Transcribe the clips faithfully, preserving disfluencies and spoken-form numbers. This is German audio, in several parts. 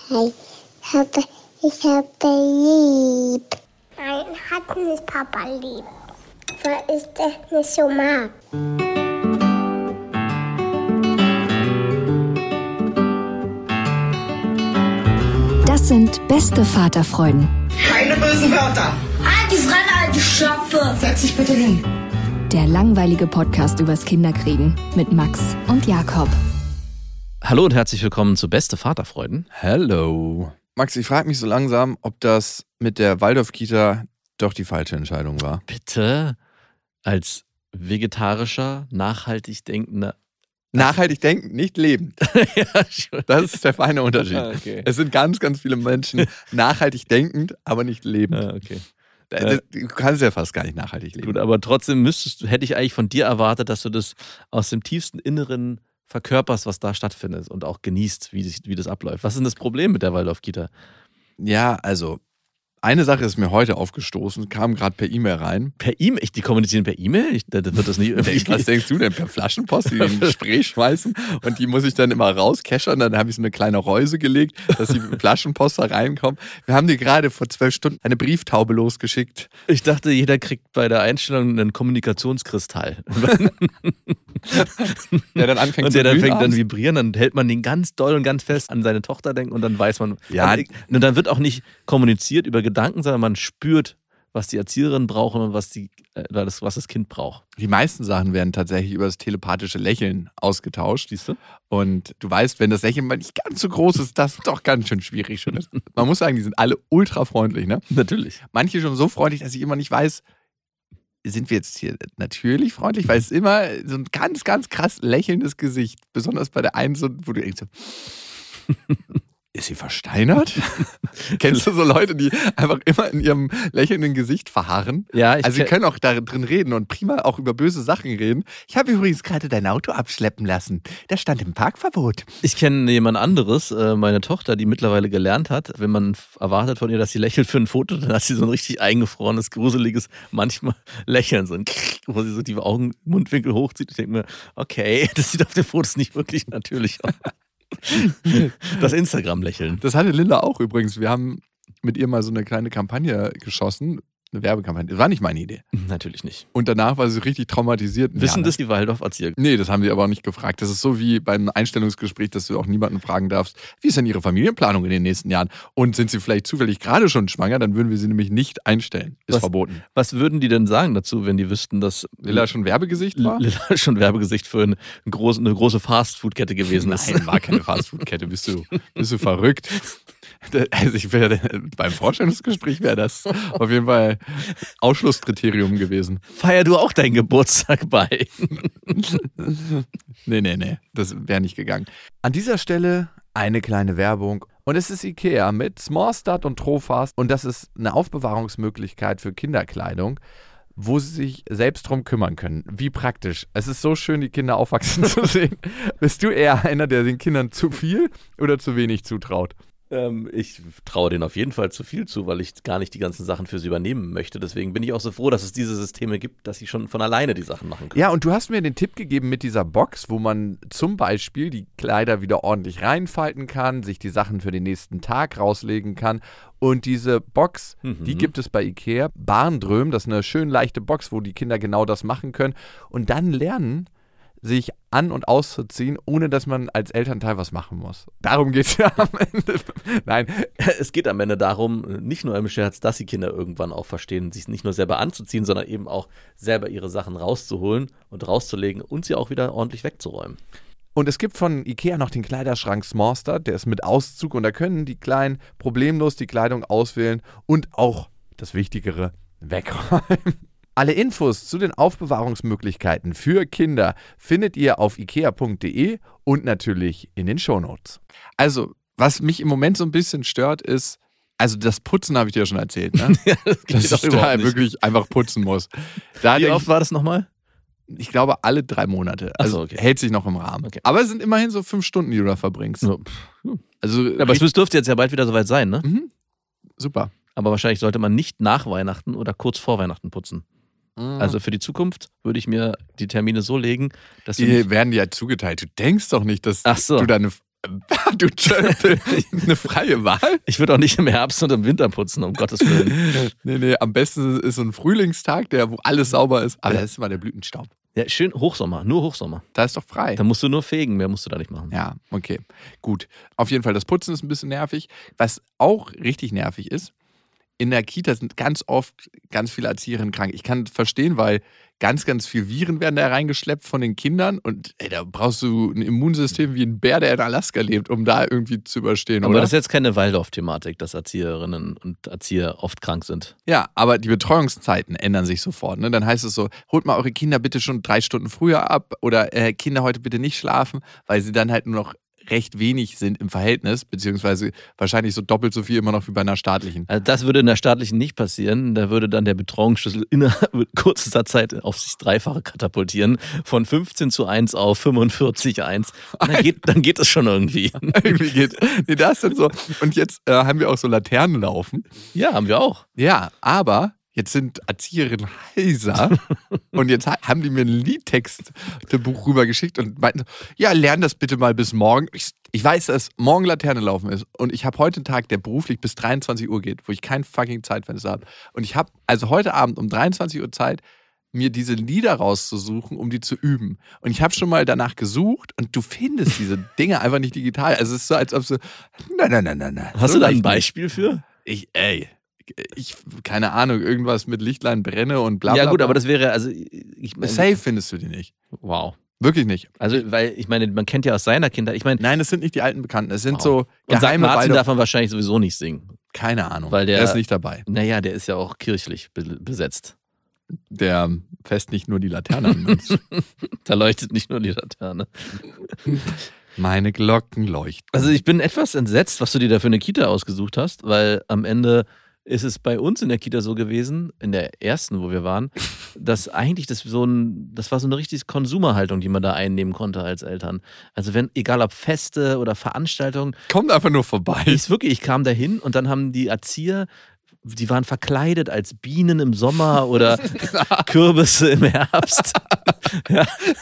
Hey, ich habe, ich habe lieb. Nein, hat nicht Papa lieb, weil ich das nicht so mag. Das sind beste Vaterfreuden. Keine bösen Wörter. Halt die Fremde, alte Schöpfe. Setz dich bitte hin. Der langweilige Podcast übers Kinderkriegen mit Max und Jakob. Hallo und herzlich willkommen zu Beste Vaterfreuden. Hello. Max, ich frage mich so langsam, ob das mit der Waldorf-Kita doch die falsche Entscheidung war. Bitte, als vegetarischer, nachhaltig denkender... Nachhaltig denken, nicht leben. Ja, schon. Das ist der feine Unterschied. Ah, okay. Es sind ganz, ganz viele Menschen nachhaltig denkend, aber nicht lebend. Ah, okay. Das, du kannst ja fast gar nicht nachhaltig leben. Gut, aber trotzdem müsstest du, hätte ich eigentlich von dir erwartet, dass du das aus dem tiefsten Inneren verkörperst, was da stattfindet und auch genießt, wie, wie das abläuft. Was ist denn das Problem mit der Waldorf-Kita? Ja, also eine Sache ist mir heute aufgestoßen, kam gerade per E-Mail rein. Per E-Mail? Die kommunizieren per E-Mail? Ich, das wird das nicht irgendwie... Was denkst du denn? Per Flaschenpost, die in ein Spray schmeißen und die muss ich dann immer rauskeschern. Dann habe ich so eine kleine Reuse gelegt, dass die Flaschenpost da reinkommt. Wir haben dir gerade vor zwölf Stunden eine Brieftaube losgeschickt. Ich dachte, jeder kriegt bei der Einstellung einen Kommunikationskristall. Der dann anfängt und der zu dann fängt abends. dann vibrieren, dann hält man den ganz doll und ganz fest an seine Tochter denken und dann weiß man, Ja. und dann wird auch nicht kommuniziert über Gedanken, sondern man spürt, was die Erzieherinnen brauchen und was, die, äh, das, was das Kind braucht. Die meisten Sachen werden tatsächlich über das telepathische Lächeln ausgetauscht. Siehst du? Und du weißt, wenn das Lächeln mal nicht ganz so groß ist, das ist doch ganz schön schwierig. Schon. Man muss sagen, die sind alle ultra freundlich. Ne? Natürlich. Manche schon so freundlich, dass ich immer nicht weiß, sind wir jetzt hier natürlich freundlich? Weil es immer so ein ganz, ganz krass lächelndes Gesicht. Besonders bei der einen, so, wo du denkst, so, ist sie versteinert? Kennst du so Leute, die einfach immer in ihrem lächelnden Gesicht verharren? Ja, ich also sie kenn- können auch da drin reden und prima auch über böse Sachen reden. Ich habe übrigens gerade dein Auto abschleppen lassen. Das stand im Parkverbot. Ich kenne jemand anderes, äh, meine Tochter, die mittlerweile gelernt hat, wenn man f- erwartet von ihr, dass sie lächelt für ein Foto, dann hat sie so ein richtig eingefrorenes, gruseliges, manchmal Lächeln, so ein Krrr, wo sie so die Augen, Mundwinkel hochzieht. Ich denke mir, okay, das sieht auf den Fotos nicht wirklich natürlich aus. Das Instagram-Lächeln. Das hatte Linda auch übrigens. Wir haben mit ihr mal so eine kleine Kampagne geschossen. Eine Werbekampagne. Das war nicht meine Idee. Natürlich nicht. Und danach war sie richtig traumatisiert. Wissen Ja, das die Waldorf-Erzieher? Nee, das haben sie aber auch nicht gefragt. Das ist so wie beim Einstellungsgespräch, dass du auch niemanden fragen darfst, wie ist denn ihre Familienplanung in den nächsten Jahren? Und sind sie vielleicht zufällig gerade schon schwanger? Dann würden wir sie nämlich nicht einstellen. Ist Was- verboten. Was würden die denn sagen dazu, wenn die wüssten, dass Lilla schon Werbegesicht war? Lilla schon Werbegesicht für eine große, eine große Fastfood-Kette gewesen ist? Nein, war keine Fastfood-Kette. Bist du, bist du verrückt? Also ich wäre, beim Vorstellungsgespräch wäre das auf jeden Fall Ausschlusskriterium gewesen. Feier du auch deinen Geburtstag bei? Nee, nee, nee, das wäre nicht gegangen. An dieser Stelle eine kleine Werbung. Und es ist Ikea mit Smallstart und Trofast. Und das ist eine Aufbewahrungsmöglichkeit für Kinderkleidung, wo sie sich selbst drum kümmern können. Wie praktisch. Es ist so schön, die Kinder aufwachsen zu sehen. Bist du eher einer, der den Kindern zu viel oder zu wenig zutraut? Ähm, ich traue denen auf jeden Fall zu viel zu, weil ich gar nicht die ganzen Sachen für sie übernehmen möchte. Deswegen bin ich auch so froh, dass es diese Systeme gibt, dass sie schon von alleine die Sachen machen können. Ja, und du hast mir den Tipp gegeben mit dieser Box, wo man zum Beispiel die Kleider wieder ordentlich reinfalten kann, sich die Sachen für den nächsten Tag rauslegen kann. Und diese Box, Mhm. die gibt es bei Ikea. Barndröm, das ist eine schön leichte Box, wo die Kinder genau das machen können. Und dann lernen, sich an- und auszuziehen, ohne dass man als Elternteil was machen muss. Darum geht es ja am Ende. Nein, Es geht am Ende darum, nicht nur im Scherz, dass die Kinder irgendwann auch verstehen, sich nicht nur selber anzuziehen, sondern eben auch selber ihre Sachen rauszuholen und rauszulegen und sie auch wieder ordentlich wegzuräumen. und es gibt von Ikea noch den Kleiderschrank Smallstart, der ist mit Auszug und da können die Kleinen problemlos die Kleidung auswählen und auch, das Wichtigere, wegräumen. Alle Infos zu den Aufbewahrungsmöglichkeiten für Kinder findet ihr auf ikea punkt de und natürlich in den Shownotes. Also, was mich im Moment so ein bisschen stört, ist, also das Putzen habe ich dir ja schon erzählt, ne? Ja, das geht Dass doch ich überhaupt da nicht. wirklich einfach putzen muss. Da Wie denk oft war das nochmal? ich, ich glaube, alle drei Monate. Ach so, Also okay. hält sich noch im Rahmen. Okay. Aber es sind immerhin so fünf Stunden, die du da verbringst. So, pff. Also, Aber es dürfte jetzt ja bald wieder soweit sein, ne? mhm. Super. Aber wahrscheinlich sollte man nicht nach Weihnachten oder kurz vor Weihnachten putzen. Also für die Zukunft würde ich mir die Termine so legen, dass du Die nicht, werden dir ja zugeteilt. Du denkst doch nicht, dass Ach so. du deine Du Tölpel, eine freie Wahl? Ich würde auch nicht im Herbst und im Winter putzen, um Gottes Willen. Nee, nee, am besten ist so ein Frühlingstag, der, wo alles sauber ist. Aber Ja. das ist immer der Blütenstaub. Ja, schön Hochsommer, nur Hochsommer. Da ist doch frei. Da musst du nur fegen, mehr musst du da nicht machen. Ja, okay. Gut. Auf jeden Fall, das Putzen ist ein bisschen nervig. Was auch richtig nervig ist, in der Kita sind ganz oft ganz viele Erzieherinnen krank. Ich kann verstehen, weil ganz, ganz viel Viren werden da reingeschleppt von den Kindern und ey, da brauchst du ein Immunsystem wie ein Bär, der in Alaska lebt, um da irgendwie zu überstehen, Aber oder? das ist jetzt keine Waldorf-Thematik, dass Erzieherinnen und Erzieher oft krank sind. Ja, aber die Betreuungszeiten ändern sich sofort. Ne? Dann heißt es so, holt mal eure Kinder bitte schon drei Stunden früher ab oder äh, Kinder heute bitte nicht schlafen, weil sie dann halt nur noch recht wenig sind im Verhältnis, beziehungsweise wahrscheinlich so doppelt so viel immer noch wie bei einer staatlichen. Also das würde in der staatlichen nicht passieren. Da würde dann der Betreuungsschlüssel innerhalb kürzester Zeit auf sich dreifache katapultieren. Von fünfzehn zu eins auf fünfundvierzig zu eins. Und dann geht, dann geht es schon irgendwie. Irgendwie geht. Nee, das ist dann so. Und jetzt äh, haben wir auch so Laternen laufen. Ja, haben wir auch. Ja, aber jetzt sind Erzieherinnen heiser und jetzt ha- haben die mir ein Liedtextbuch rübergeschickt und meinten, ja, lern das bitte mal bis morgen. Ich, ich weiß, dass morgen Laterne laufen ist und ich habe heute einen Tag, der beruflich bis dreiundzwanzig Uhr geht, wo ich kein fucking Zeitfenster habe. Und ich habe also heute Abend um dreiundzwanzig Uhr Zeit, mir diese Lieder rauszusuchen, um die zu üben. Und ich habe schon mal danach gesucht und du findest diese Dinge einfach nicht digital. Also es ist so, als ob so, nein, nein, nein, nein, nein. Hast so du da ein leicht nicht. Beispiel für? Ich, ey, ich, keine Ahnung, irgendwas mit Lichtlein brenne und bla bla. Ja gut, bla. aber das wäre, also ich meine, Safe findest du die nicht. wow. Wirklich nicht. Also, weil ich meine, man kennt ja aus seiner Kindheit, ich meine, Nein, das sind nicht die alten Bekannten. Es sind wow. so Und Sankt geheime Martin Weide- darf man wahrscheinlich sowieso nicht singen. Keine Ahnung. Weil der- der ist nicht dabei. Naja, der ist ja auch kirchlich be- besetzt. Der fässt nicht nur die Laterne an. Da leuchtet nicht nur die Laterne. Meine Glocken leuchten. Also ich bin etwas entsetzt, was du dir da für eine Kita ausgesucht hast, weil am Ende ist es bei uns in der Kita so gewesen, in der ersten, wo wir waren, dass eigentlich das so ein, das war so eine richtige Konsumerhaltung, die man da einnehmen konnte als Eltern. Also wenn, egal ob Feste oder Veranstaltungen, Kommt einfach nur vorbei. ich wirklich, ich kam da hin und dann haben die Erzieher, die waren verkleidet als Bienen im Sommer oder Kürbisse im Herbst. Ja.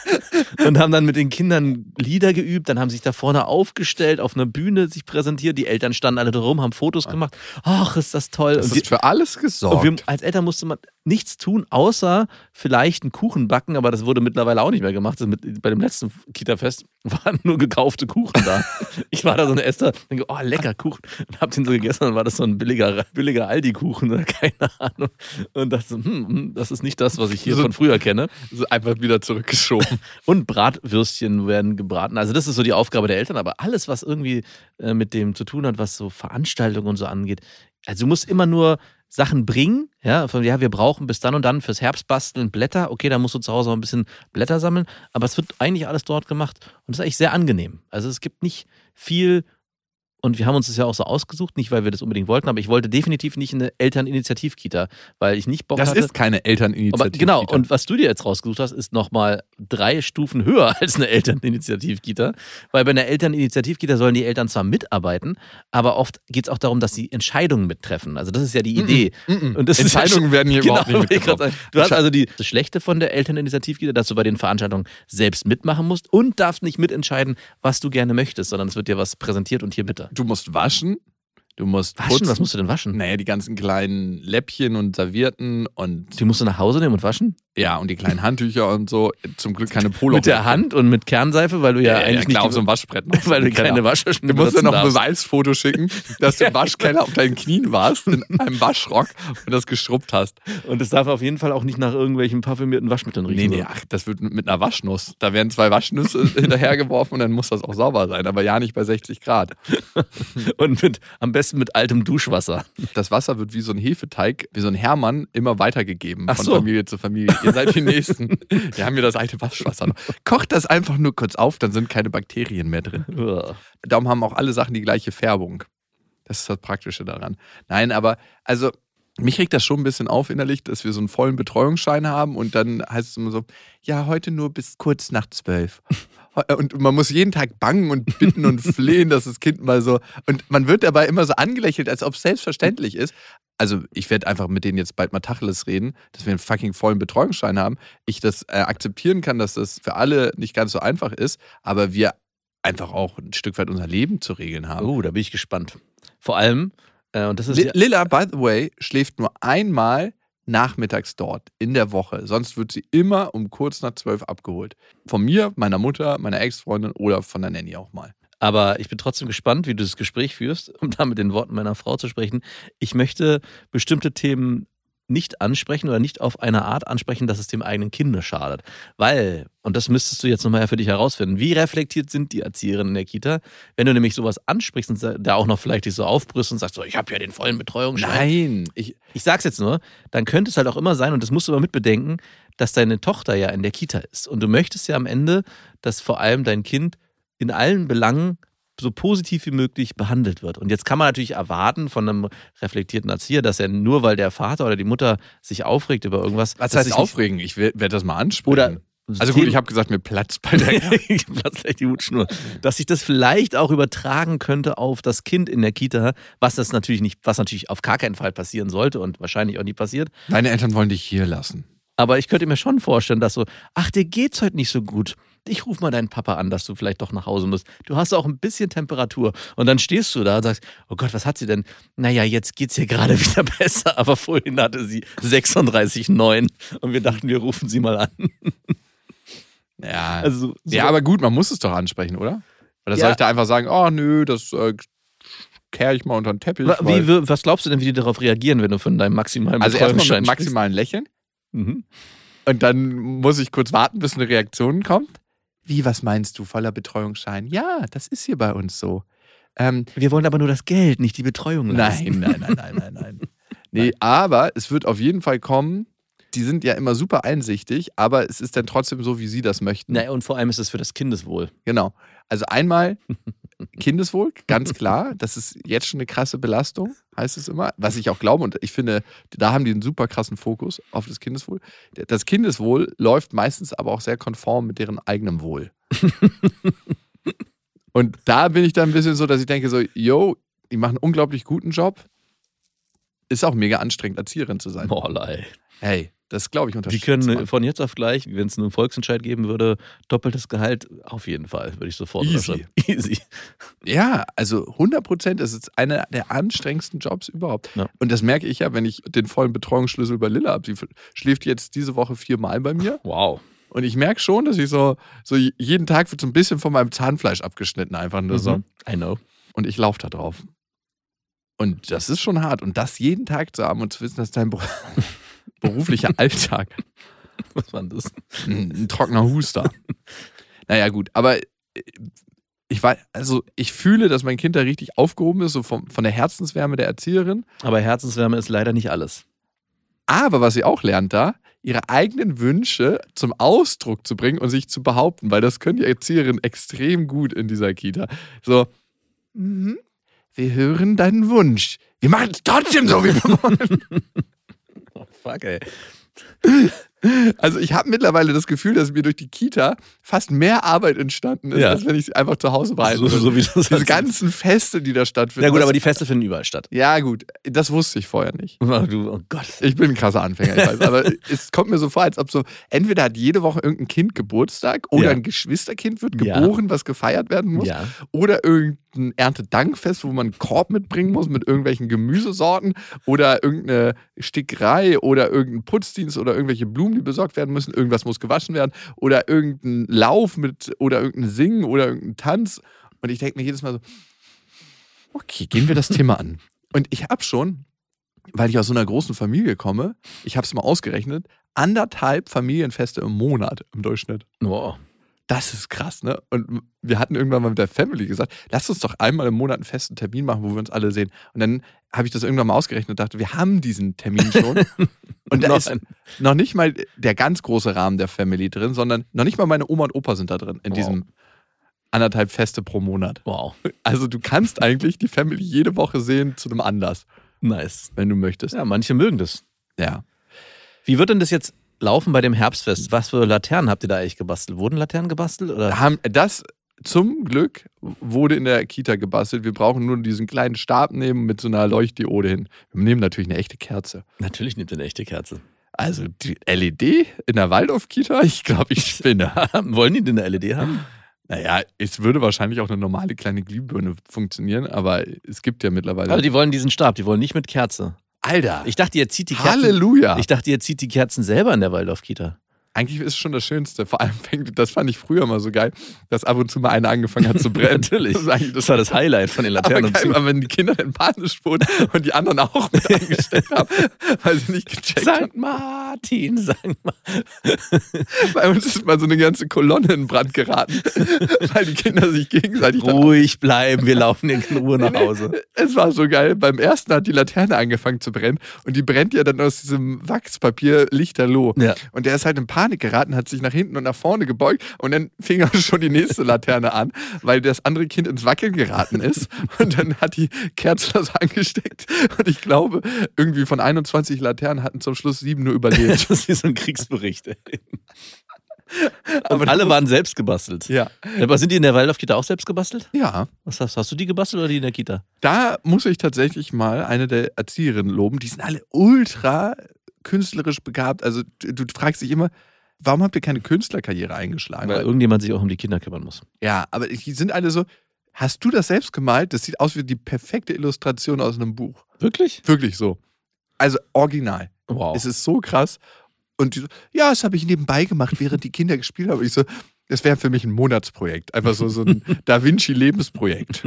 Und haben dann mit den Kindern Lieder geübt, dann haben sich da vorne aufgestellt, auf einer Bühne sich präsentiert, die Eltern standen alle drum, haben Fotos gemacht. Ach, ist das toll. Das Und ist für alles und gesorgt. wir, als Eltern musste man nichts tun, außer vielleicht einen Kuchen backen, aber das wurde mittlerweile auch nicht mehr gemacht. Das mit, bei dem letzten Kita-Fest waren nur gekaufte Kuchen da. Ich war da so eine Esser, denke, oh, lecker Kuchen. Und hab den so gegessen, dann war das so ein billiger, billiger Aldi-Kuchen oder keine Ahnung. Und dachte so, hm, hm, das ist nicht das, was ich hier So- von früher kenne. So einfach wieder zurückgeschoben. Und Bratwürstchen werden gebraten. Also das ist so die Aufgabe der Eltern, aber alles, was irgendwie äh, mit dem zu tun hat, was so Veranstaltungen und so angeht, also du musst immer nur Sachen bringen, ja, von ja, wir brauchen bis dann und dann fürs Herbstbasteln Blätter, okay, da musst du zu Hause auch ein bisschen Blätter sammeln, aber es wird eigentlich alles dort gemacht und das ist eigentlich sehr angenehm. Also es gibt nicht viel. Und wir haben uns das ja auch so ausgesucht, nicht weil wir das unbedingt wollten, aber ich wollte definitiv nicht eine Elterninitiativ-Kita, weil ich nicht Bock Das hatte. ist keine Elterninitiative. Aber genau, und was du dir jetzt rausgesucht hast, ist nochmal drei Stufen höher als eine Elterninitiativ-Kita. Weil bei einer Elterninitiativ-Kita sollen die Eltern zwar mitarbeiten, aber oft geht es auch darum, dass sie Entscheidungen mittreffen. Also das ist ja die Idee. Mm-mm. Und das ist Entscheidungen ja, werden hier genau, überhaupt nicht wollte ich gerade mitgebracht. sagen. Du hast also die, das Schlechte von der Elterninitiativ-Kita, dass du bei den Veranstaltungen selbst mitmachen musst und darfst nicht mitentscheiden, was du gerne möchtest, sondern es wird dir was präsentiert und hier bitte. Du musst waschen, du musst Waschen? putzen. Was musst du denn waschen? Naja, die ganzen kleinen Läppchen und Servietten und Die musst du nach Hause nehmen und waschen? ja, und die kleinen Handtücher und so. Zum Glück keine Polo. Mit der Hand und mit Kernseife, weil du ja, Ja, ja, eigentlich klar, nicht auf so einem Waschbrett. noch. weil du Genau. keine Waschmaschine Du musst ja benutzen noch ein darfst. Beweisfoto schicken, dass du im Waschkeller auf deinen Knien warst, in einem Waschrock und das geschrubbt hast. Und es darf auf jeden Fall auch nicht nach irgendwelchen parfümierten Waschmitteln riechen. Nee, nee, ach, das wird mit einer Waschnuss. Da werden zwei Waschnüsse hinterhergeworfen und dann muss das auch sauber sein, aber ja nicht bei sechzig Grad. Und mit, am besten mit altem Duschwasser. Das Wasser wird wie so ein Hefeteig, wie so ein Hermann, immer weitergegeben Ach von so. Familie zu Familie. Ihr seid die Nächsten. Wir haben hier das alte Waschwasser noch. Kocht das einfach nur kurz auf, dann sind keine Bakterien mehr drin. Uah. Darum haben auch alle Sachen die gleiche Färbung. Das ist das Praktische daran. Nein, aber also mich regt das schon ein bisschen auf innerlich, dass wir so einen vollen Betreuungsschein haben und dann heißt es immer so, ja, heute nur bis kurz nach zwölf. Und man muss jeden Tag bangen und bitten und flehen, dass das Kind mal so... Und man wird dabei immer so angelächelt, als ob es selbstverständlich ist. Also ich werde einfach mit denen jetzt bald mal Tacheles reden, dass wir einen fucking vollen Betreuungsschein haben. Ich das äh, akzeptieren kann, dass das für alle nicht ganz so einfach ist, aber wir einfach auch ein Stück weit unser Leben zu regeln haben. Oh, da bin ich gespannt. Vor allem, äh, und das ist L- ja, Lilla, by the way, schläft nur einmal nachmittags dort in der Woche. Sonst wird sie immer um kurz nach zwölf abgeholt. Von mir, meiner Mutter, meiner Ex-Freundin oder von der Nanny auch mal. aber ich bin trotzdem gespannt, wie du das Gespräch führst, um da mit den Worten meiner Frau zu sprechen. Ich möchte bestimmte Themen nicht ansprechen oder nicht auf eine Art ansprechen, dass es dem eigenen Kind schadet. Weil, und das müsstest du jetzt nochmal für dich herausfinden, wie reflektiert sind die Erzieherinnen in der Kita, wenn du nämlich sowas ansprichst und da auch noch vielleicht dich so aufbrüst und sagst, so, ich habe ja den vollen Betreuungsschein. Nein, ich, Ich sag's jetzt nur, dann könnte es halt auch immer sein, und das musst du aber mitbedenken, dass deine Tochter ja in der Kita ist. Und du möchtest ja am Ende, dass vor allem dein Kind in allen Belangen so positiv wie möglich behandelt wird. Und jetzt kann man natürlich erwarten von einem reflektierten Erzieher, dass er nur, weil der Vater oder die Mutter sich aufregt über irgendwas. was dass heißt sich aufregen? Ich werde das mal ansprechen. Oder also gut, ich habe gesagt, mir platzt bei der Platz gleich die Hutschnur. Dass sich das vielleicht auch übertragen könnte auf das Kind in der Kita, was das natürlich nicht, was natürlich auf gar keinen Fall passieren sollte und wahrscheinlich auch nie passiert. Deine Eltern wollen dich hier lassen. Aber ich könnte mir schon vorstellen, dass so, ach, dir geht's heute nicht so gut. Ich ruf mal deinen Papa an, dass du vielleicht doch nach Hause musst. Du hast auch ein bisschen Temperatur. Und dann stehst du da und sagst, oh Gott, was hat sie denn? Naja, jetzt geht's ihr gerade wieder besser. Aber vorhin hatte sie sechsunddreißig Komma neun und wir dachten, wir rufen sie mal an. Ja, Also, so, ja, aber gut, man muss es doch ansprechen, oder? Oder soll Ja. ich da einfach sagen, oh nö, das äh, kehre ich mal unter den Teppich? Wa- weil- Wie, was glaubst du denn, wie die darauf reagieren, wenn du von deinem maximalen also erstmal Betreuungsschein mit maximalen Lächeln sprichst? Mhm. und dann muss ich kurz warten, bis eine Reaktion kommt. Wie, was meinst du, voller Betreuungsschein? Ja, das ist hier bei uns so. Ähm, Wir wollen aber nur das Geld, nicht die Betreuung leisten. nein, nein, nein, nein, nein, nein. Nee, aber es wird auf jeden Fall kommen. Die sind ja immer super einsichtig, aber es ist dann trotzdem so, wie sie das möchten. Naja, und vor allem ist es für das Kindeswohl. Genau. Also einmal Kindeswohl, ganz klar. Das ist jetzt schon eine krasse Belastung, heißt es immer. Was ich auch glaube, und ich finde, da haben die einen super krassen Fokus auf das Kindeswohl. Das Kindeswohl läuft meistens aber auch sehr konform mit deren eigenem Wohl. Und da bin ich dann ein bisschen so, dass ich denke so, yo, die machen einen unglaublich guten Job. Ist auch mega anstrengend, Erzieherin zu sein. Boah, ey. Hey, das glaube ich Die unterschätzt können man. von jetzt auf gleich, wenn es einen Volksentscheid geben würde, doppeltes Gehalt, auf jeden Fall, würde ich sofort Easy. unterschreiben. Easy. Ja, also hundert Prozent ist es einer der anstrengendsten Jobs überhaupt. Ja. Und das merke ich ja, wenn ich den vollen Betreuungsschlüssel bei Lilla habe. Sie schläft jetzt diese Woche viermal bei mir. Wow. Und ich merke schon, dass ich so, so jeden Tag wird so ein bisschen von meinem Zahnfleisch abgeschnitten, einfach nur so. Mhm. I know. Und ich laufe da drauf. Und das ist schon hart. Und das jeden Tag zu haben und zu wissen, dass dein Ber- beruflicher Alltag Was war denn das? ein, ein trockener Huster. Naja, gut. Aber ich weiß, also ich fühle, dass mein Kind da richtig aufgehoben ist, so vom, von der Herzenswärme der Erzieherin. Aber Herzenswärme ist leider nicht alles. Aber was sie auch lernt da, ihre eigenen Wünsche zum Ausdruck zu bringen und sich zu behaupten, weil das können die Erzieherinnen extrem gut in dieser Kita. So, mhm, wir hören deinen Wunsch. Wir machen es trotzdem so, wie wir wollen. Oh, fuck, ey. Also ich habe mittlerweile das Gefühl, dass mir durch die Kita fast mehr Arbeit entstanden ist, Ja. als wenn ich sie einfach zu Hause behalten So, würde. so wie das Diese halt- ganzen Feste, die da stattfinden. Ja gut, das- aber die Feste finden überall statt. Ja gut, das wusste ich vorher nicht. Oh, du, oh Gott. Ich bin ein krasser Anfänger, ich weiß. Aber es kommt mir so vor, als ob so, entweder hat jede Woche irgendein Kind Geburtstag oder Ja. ein Geschwisterkind wird Ja. geboren, was gefeiert werden muss. Ja. Oder irgendein Erntedankfest, wo man einen Korb mitbringen muss mit irgendwelchen Gemüsesorten oder irgendeine Stickerei oder irgendein Putzdienst oder irgendwelche Blumen, die besorgt werden müssen. Irgendwas muss gewaschen werden oder irgendein Lauf mit oder irgendein Singen oder irgendein Tanz. Und ich denke mir jedes Mal so, okay, gehen wir das Thema an. Und ich habe schon, weil ich aus so einer großen Familie komme, ich habe es mal ausgerechnet, anderthalb Familienfeste im Monat im Durchschnitt. Wow. Das ist krass, ne? Und wir hatten irgendwann mal mit der Family gesagt, lasst uns doch einmal im Monat einen festen Termin machen, wo wir uns alle sehen. Und dann habe ich das irgendwann mal ausgerechnet und dachte, wir haben diesen Termin schon. Und da Noch ist ein- noch nicht mal der ganz große Rahmen der Family drin, sondern noch nicht mal meine Oma und Opa sind da drin in Wow. diesem anderthalb Feste pro Monat. Wow. Also du kannst eigentlich die Family jede Woche sehen zu einem Anlass, Nice. wenn du möchtest. Ja, manche mögen das. Ja. Wie wird denn das jetzt laufen bei dem Herbstfest? Was für Laternen habt ihr da eigentlich gebastelt? Wurden Laternen gebastelt? Oder? Haben, das zum Glück wurde in der Kita gebastelt. Wir brauchen nur diesen kleinen Stab nehmen mit so einer Leuchtdiode hin. Wir nehmen natürlich eine echte Kerze. Natürlich nimmt ihr eine echte Kerze. Also die L E D in der Waldorf-Kita? Ich glaube, ich spinne. Wollen die denn eine L E D haben? Naja, es würde wahrscheinlich auch eine normale kleine Glühbirne funktionieren, aber es gibt ja mittlerweile... Aber die wollen diesen Stab, die wollen nicht mit Kerze. Alter! Ich dachte, ihr zieht die Kerzen... Halleluja! Ich dachte, ihr zieht die Kerzen selber in der Waldorf-Kita. Eigentlich ist es schon das Schönste. Vor allem fängt, das fand ich früher mal so geil, dass ab und zu mal einer angefangen hat zu brennen. Natürlich. Das, das, das war das Highlight von den Laternen. Aber, geil, aber wenn die Kinder dann panisch wurden und die anderen auch mit angesteckt haben, weil sie nicht gecheckt haben. Sankt Martin, Sankt Martin. Bei uns ist mal so eine ganze Kolonne in Brand geraten, weil die Kinder sich gegenseitig... Ruhig bleiben, wir laufen in Ruhe nach Hause. Es war so geil. Beim ersten hat die Laterne angefangen zu brennen und die brennt ja dann aus diesem Wachspapier lichterloh. Ja. Und der ist halt in Panik geraten, hat sich nach hinten und nach vorne gebeugt und dann fing auch schon die nächste Laterne an, weil das andere Kind ins Wackeln geraten ist und dann hat die Kerze das angesteckt und ich glaube, irgendwie von einundzwanzig Laternen hatten zum Schluss sieben nur überlebt. Das ist wie so ein Kriegsbericht. Aber alle waren selbst gebastelt. Ja. Aber sind die in der Waldorf-Kita auch selbst gebastelt? Ja. Was hast, hast du die gebastelt oder die in der Kita? Da muss ich tatsächlich mal eine der Erzieherinnen loben. Die sind alle ultra künstlerisch begabt. Also du, du fragst dich immer, warum habt ihr keine Künstlerkarriere eingeschlagen? Weil irgendjemand sich auch um die Kinder kümmern muss. Ja, aber die sind alle so, hast du das selbst gemalt? Das sieht aus wie die perfekte Illustration aus einem Buch. Wirklich? Wirklich so. Also original. Wow. Es ist so krass. Und die so, ja, das habe ich nebenbei gemacht, während die Kinder gespielt haben. Und ich so, das wäre für mich ein Monatsprojekt. Einfach so, so ein Da Vinci-Lebensprojekt.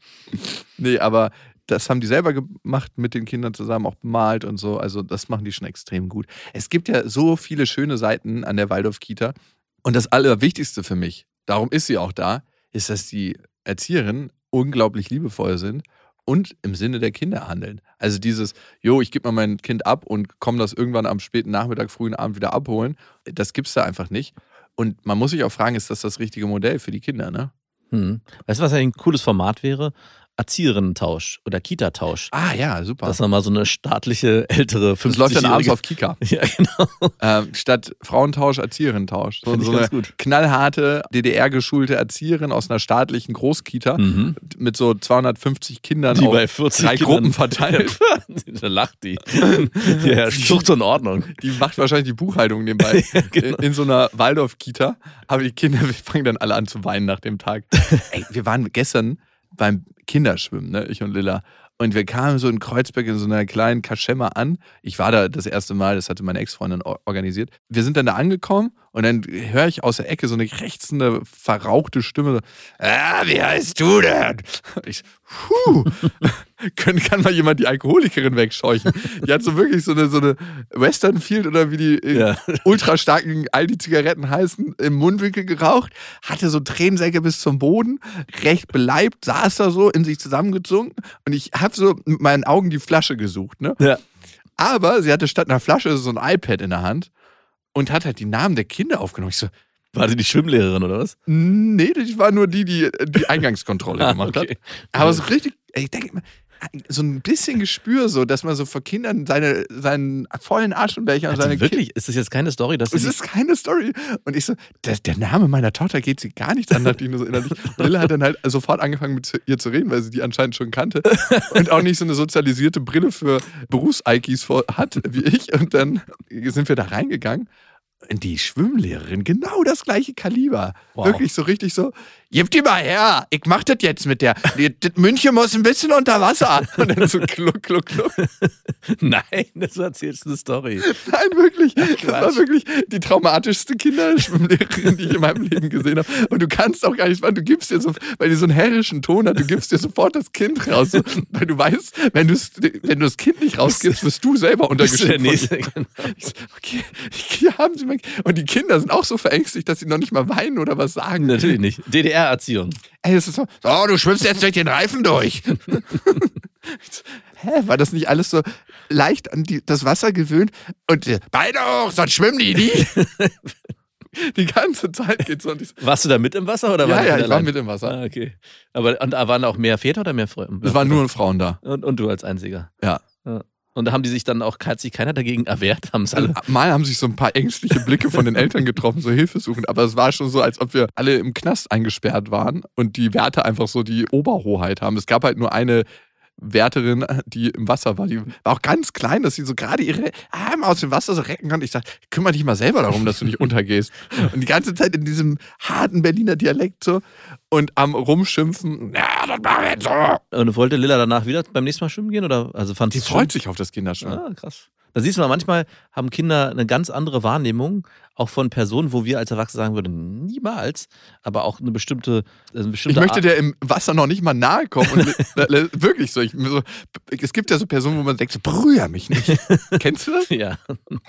Nee, aber das haben die selber gemacht, mit den Kindern zusammen auch bemalt und so. Also das machen die schon extrem gut. Es gibt ja so viele schöne Seiten an der Waldorf-Kita. Und das Allerwichtigste für mich, darum ist sie auch da, ist, dass die Erzieherinnen unglaublich liebevoll sind und im Sinne der Kinder handeln. Also dieses, jo, ich gebe mal mein Kind ab und komme das irgendwann am späten Nachmittag, frühen Abend wieder abholen, das gibt's da einfach nicht. Und man muss sich auch fragen, ist das das richtige Modell für die Kinder, ne? Hm. Weißt du, was ein cooles Format wäre? Erzieherinnen-Tausch oder Kita-Tausch. Ah ja, super. Dass man mal so eine staatliche, ältere Das läuft dann abends auf Kika. Ja, genau. Ähm, statt Frauentausch, Erzieherinnen-Tausch. So, Find ich so eine ganz gut. knallharte, D D R-geschulte Erzieherin aus einer staatlichen Großkita Mhm. mit so zweihundertfünfzig Kindern Die auf bei vierzig drei Kindern Gruppen verteilt. Da lacht die. Ja, Zucht und Ordnung. Die macht wahrscheinlich die Buchhaltung nebenbei Ja, genau. in, in so einer Waldorf-Kita. Aber die Kinder fangen dann alle an zu weinen nach dem Tag. Ey, wir waren gestern beim Kinderschwimmen, ne, ich und Lilla. Und wir kamen so in Kreuzberg in so einer kleinen Kaschemme an. Ich war da das erste Mal, das hatte meine Ex-Freundin organisiert. Wir sind dann da angekommen und dann höre ich aus der Ecke so eine krächzende, verrauchte Stimme. So, ah, wie heißt du denn? Ich, puh, kann, kann mal jemand die Alkoholikerin wegscheuchen? Die hat so wirklich so eine, so eine Westernfield oder wie die Ja. ultra starken Aldi-Zigaretten heißen, im Mundwinkel geraucht, hatte so Tränensäcke bis zum Boden, recht beleibt, saß da so in sich zusammengezogen und ich habe so mit meinen Augen die Flasche gesucht, ne? Ja. Aber sie hatte statt einer Flasche so ein iPad in der Hand und hat halt die Namen der Kinder aufgenommen. Ich so, War die die Schwimmlehrerin oder was? nee, das war nur die, die die Eingangskontrolle Ah, gemacht okay. hat. Aber so richtig, ey, ich denke immer, so ein bisschen Gespür so, dass man so vor Kindern seine, seinen vollen Aschenbecher und Hat seine die wirklich? Ist das jetzt keine Story? Dass Es sie ist keine Story. Und ich so, der, der Name meiner Tochter geht sie gar nichts an, dachte ich nur so innerlich. Und Lilla hat dann halt sofort angefangen mit ihr zu reden, weil sie die anscheinend schon kannte. Und auch nicht so eine sozialisierte Brille für Berufs-Eikis hat, wie ich. Und dann sind wir da reingegangen. Und die Schwimmlehrerin, genau das gleiche Kaliber. Wow. Wirklich so richtig so, gib die mal her, ich mach das jetzt mit der. Das München muss ein bisschen unter Wasser. Und dann so kluck, kluck, kluck. Nein, das erzählst eine Story. Nein, wirklich. Das Quatsch. war wirklich die traumatischste Kinderschwimmlehrerin, die ich in meinem Leben gesehen habe. Und du kannst auch gar nicht, du gibst dir so, weil die so einen herrischen Ton hat, du gibst dir sofort das Kind raus. So, weil du weißt, wenn, wenn du das Kind nicht rausgibst, wirst du selber Bist du der untergeschickt. Nächste? Genau. Ich so, okay, hier haben sie mein Und die Kinder sind auch so verängstigt, dass sie noch nicht mal weinen oder was sagen. Natürlich nicht. D D R-Erziehung. Ey, es ist so, oh, du schwimmst jetzt durch den Reifen durch. Ich so, hä, war das nicht alles so leicht an die, das Wasser gewöhnt? Und äh, Beine hoch, sonst schwimmen die nie. Die ganze Zeit geht so. Und ich so, Warst du da mit im Wasser oder ja, war ja, die ich war allein? mit im Wasser. Ah, okay. Aber und, waren da auch mehr Väter oder mehr Frauen? Es waren nur Frauen da. Und, und du als Einziger. Ja. Ja. Und da haben die sich dann auch, hat sich keiner dagegen erwehrt? Haben es alle. Mal haben sich so ein paar ängstliche Blicke von den Eltern getroffen, so hilfesuchend. Aber es war schon so, als ob wir alle im Knast eingesperrt waren und die Wärter einfach so die Oberhoheit haben. Es gab halt nur eine Wärterin, die im Wasser war, die war auch ganz klein, dass sie so gerade ihre Arme aus dem Wasser so recken kann. Ich sag, kümmere dich mal selber darum, dass du nicht untergehst. Und die ganze Zeit in diesem harten Berliner Dialekt so und am Rumschimpfen, ja, das machen wir jetzt so. Und wollte Lilla danach wieder beim nächsten Mal schwimmen gehen? Oder? Also fand die freut sich auf das Kinderschwimmen. Ah, krass. Da siehst du mal, manchmal haben Kinder eine ganz andere Wahrnehmung, auch von Personen, wo wir als Erwachsene sagen würden, niemals, aber auch eine bestimmte, eine bestimmte Ich möchte Art. der im Wasser noch nicht mal nahe kommen. Und wirklich so, ich, so. Es gibt ja so Personen, wo man denkt, so, berühr mich nicht. Kennst du das? Ja.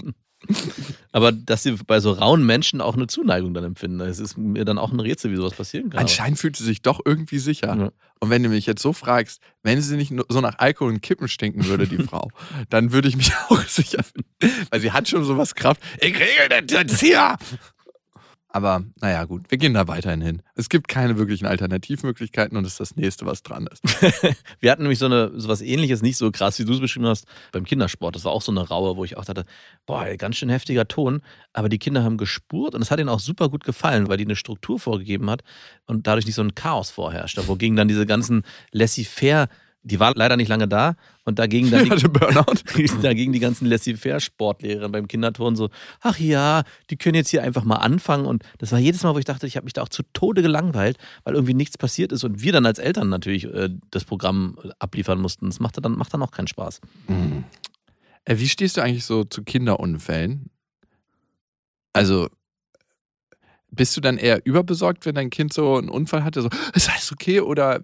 Aber dass sie bei so rauen Menschen auch eine Zuneigung dann empfinden, es ist mir dann auch ein Rätsel, wie sowas passieren kann. Anscheinend fühlt sie sich doch irgendwie sicher. Ja. Und wenn du mich jetzt so fragst, wenn sie nicht so nach Alkohol und Kippen stinken würde, die Frau, dann würde ich mich auch sicher finden. Weil sie hat schon sowas Kraft. Ich regel das jetzt hier! Aber naja, gut, wir gehen da weiterhin hin. Es gibt keine wirklichen Alternativmöglichkeiten und das ist das Nächste, was dran ist. Wir hatten nämlich so eine sowas Ähnliches, nicht so krass, wie du es beschrieben hast, beim Kindersport. Das war auch so eine Raue, wo ich auch dachte, boah, ganz schön heftiger Ton. Aber die Kinder haben gespurt und es hat ihnen auch super gut gefallen, weil die eine Struktur vorgegeben hat und dadurch nicht so ein Chaos vorherrschte, wogegen dann diese ganzen laissez-faire, die war leider nicht lange da und dagegen dann die, hatte Burnout. dagegen die ganzen laissez-faire-Sportlehrerinnen beim Kinderturnen so, ach ja, die können jetzt hier einfach mal anfangen und das war jedes Mal, wo ich dachte, ich habe mich da auch zu Tode gelangweilt, weil irgendwie nichts passiert ist und wir dann als Eltern natürlich äh, das Programm abliefern mussten. Das macht dann, macht dann auch keinen Spaß. Mhm. Äh, wie stehst du eigentlich so zu Kinderunfällen? Also bist du dann eher überbesorgt, wenn dein Kind so einen Unfall hatte, so, ist alles okay oder...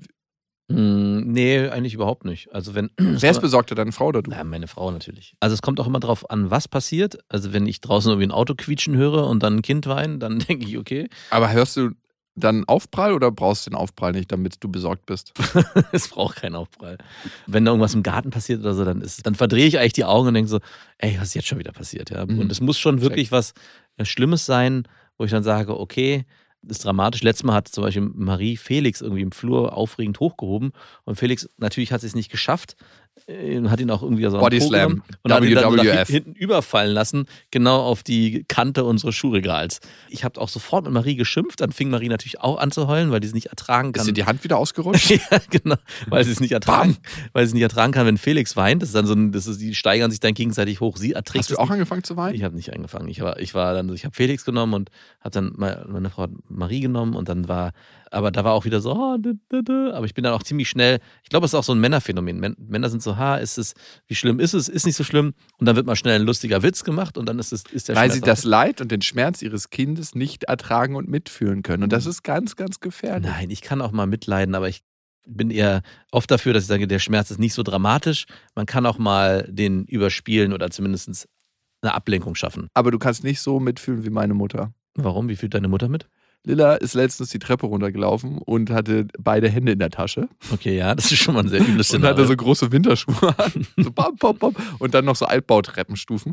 Nee, eigentlich überhaupt nicht. Also wenn Wer ist besorgter, deine Frau oder du? Ja, meine Frau natürlich. Also es kommt auch immer drauf an, was passiert. Also wenn ich draußen irgendwie ein Auto quietschen höre und dann ein Kind weinen, dann denke ich, okay. Aber hörst du dann Aufprall oder brauchst du den Aufprall nicht, damit du besorgt bist? Es braucht keinen Aufprall. Wenn da irgendwas im Garten passiert oder so, dann ist, dann verdrehe ich eigentlich die Augen und denke so, ey, was ist jetzt schon wieder passiert? Ja? Mhm. Und es muss schon wirklich was Schlimmes sein, wo ich dann sage, okay, das ist dramatisch. Letztes Mal hat zum Beispiel Marie Felix irgendwie im Flur aufregend hochgehoben und Felix, natürlich hat sie es nicht geschafft, hat ihn auch irgendwie so Body Slam, und hat ihn dann so W W nach F. hinten überfallen lassen, genau auf die Kante unseres Schuhregals. Ich habe auch sofort mit Marie geschimpft, dann fing Marie natürlich auch an zu heulen, weil die es nicht ertragen kann. Ist dir die Hand wieder ausgerutscht? Ja, genau, weil sie es nicht ertragen, weil sie es nicht ertragen kann, wenn Felix weint. Das ist dann so ein, das ist, die steigern sich dann gegenseitig hoch. Sie erträgt Hast du es auch nicht. angefangen zu weinen? Ich habe nicht angefangen. Ich war, ich war dann, ich habe Felix genommen und habe dann meine Frau Marie genommen und dann war, aber da war auch wieder so, oh, da, da, da. Aber ich bin dann auch ziemlich schnell, ich glaube, es ist auch so ein Männerphänomen. Männer sind so, ha, ist es, wie schlimm ist es, ist nicht so schlimm und dann wird mal schnell ein lustiger Witz gemacht und dann ist es, ist der Weil Schmerz sie das Leid und den Schmerz ihres Kindes nicht ertragen und mitfühlen können und das ist ganz, ganz gefährlich. Nein, ich kann auch mal mitleiden, aber ich bin eher oft dafür, dass ich sage, der Schmerz ist nicht so dramatisch. Man kann auch mal den überspielen oder zumindest eine Ablenkung schaffen. Aber du kannst nicht so mitfühlen wie meine Mutter. Warum? Wie fühlt deine Mutter mit? Lilla ist letztens die Treppe runtergelaufen und hatte beide Hände in der Tasche. Okay, ja, das ist schon mal ein sehr übles Und Szenario. hatte so große Winterschuhe an. So bam, bam, bam. Und dann noch so Altbautreppenstufen.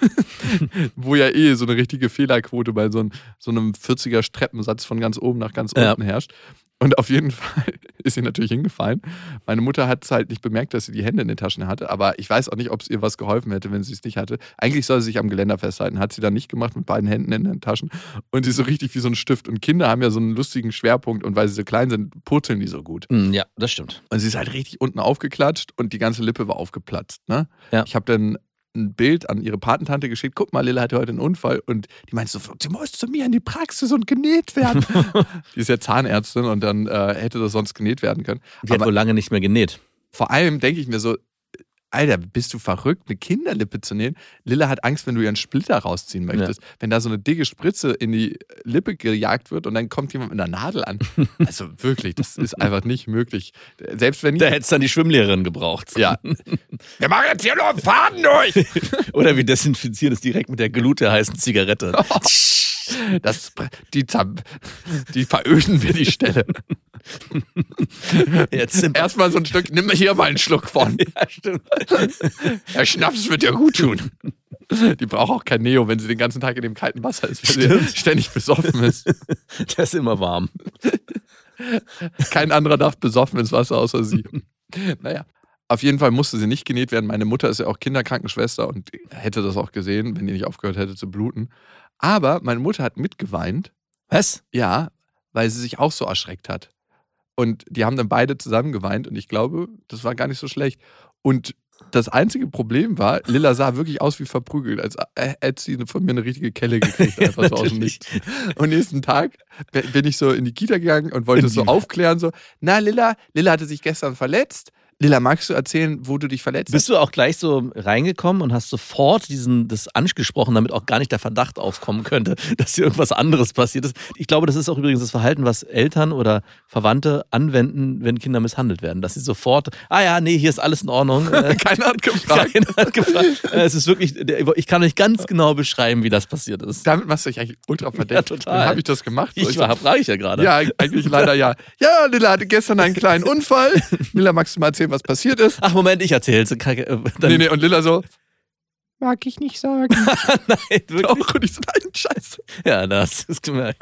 Wo ja eh so eine richtige Fehlerquote bei so, ein, so einem vierziger Treppensatz von ganz oben nach ganz Ja. unten herrscht. Und auf jeden Fall ist sie natürlich hingefallen. Meine Mutter hat es halt nicht bemerkt, dass sie die Hände in den Taschen hatte. Aber ich weiß auch nicht, ob es ihr was geholfen hätte, wenn sie es nicht hatte. Eigentlich soll sie sich am Geländer festhalten. Hat sie dann nicht gemacht mit beiden Händen in den Taschen. Und sie ist so richtig wie so ein Stift. Und Kinder haben ja so einen lustigen Schwerpunkt. Und weil sie so klein sind, purzeln die so gut. Mm, ja, das stimmt. Und sie ist halt richtig unten aufgeklatscht und die ganze Lippe war aufgeplatzt. Ne? Ja. Ich habe dann ein Bild an ihre Patentante geschickt. Guck mal, Lilla hatte heute einen Unfall. Und die meinte so, sie muss zu mir in die Praxis und genäht werden. Die ist ja Zahnärztin und dann äh, hätte das sonst genäht werden können. Die hat Aber wohl lange nicht mehr genäht. vor allem denke ich mir so, Alter, bist du verrückt, eine Kinderlippe zu nähen? Lilla hat Angst, wenn du ihren Splitter rausziehen möchtest. Ja. Wenn da so eine dicke Spritze in die Lippe gejagt wird und dann kommt jemand mit einer Nadel an. Also wirklich, das ist einfach nicht möglich. Selbst wenn ich... Da hätte es dann die Schwimmlehrerin gebraucht. Ja. Wir machen jetzt hier nur einen Faden durch! Oder wir desinfizieren es direkt mit der Glut der heißen Zigarette. Das, die, die veröden wir die Stelle. Jetzt sind Erstmal so ein Stück, nimm mir hier mal einen Schluck von. Ja, stimmt. Der Schnaps wird dir gut tun. Die braucht auch kein Neo, wenn sie den ganzen Tag in dem kalten Wasser ist, weil sie ständig besoffen ist. Der ist immer warm. Kein anderer darf besoffen ins Wasser außer sie. Naja. Auf jeden Fall musste sie nicht genäht werden. Meine Mutter ist ja auch Kinderkrankenschwester und hätte das auch gesehen, wenn die nicht aufgehört hätte zu bluten. Aber meine Mutter hat mitgeweint. Was? Ja, weil sie sich auch so erschreckt hat. Und die haben dann beide zusammen geweint und ich glaube, das war gar nicht so schlecht. Und das einzige Problem war, Lilla sah wirklich aus wie verprügelt, als hätte sie von mir eine richtige Kelle gekriegt, einfach so aus dem Nichts. Und nächsten Tag bin ich so in die Kita gegangen und wollte es so aufklären, so, na Lilla, Lilla hatte sich gestern verletzt. Lilla, magst du erzählen, wo du dich verletzt hast? Bist du auch gleich so reingekommen und hast sofort diesen, das angesprochen, damit auch gar nicht der Verdacht aufkommen könnte, dass hier irgendwas anderes passiert ist? Ich glaube, das ist auch übrigens das Verhalten, was Eltern oder Verwandte anwenden, wenn Kinder misshandelt werden. Dass sie sofort, ah ja, nee, hier ist alles in Ordnung. Keiner hat gefragt. Keiner hat gefragt. Es ist wirklich, ich kann euch ganz genau beschreiben, wie das passiert ist. Damit machst du dich eigentlich ultra verdächtig. Ja, total. Dann habe ich das gemacht. So, ich war, frage ich ja gerade. Ja, eigentlich leider ja. Ja, Lilla hatte gestern einen kleinen Unfall. Lilla, magst du mal erzählen, was passiert ist? Ach, Moment, ich erzähl's. Nee, nee, und Lilla so, mag ich nicht sagen. Nein, wirklich? Doch, und ich so, nein, scheiße. Ja, das ist gemerkt.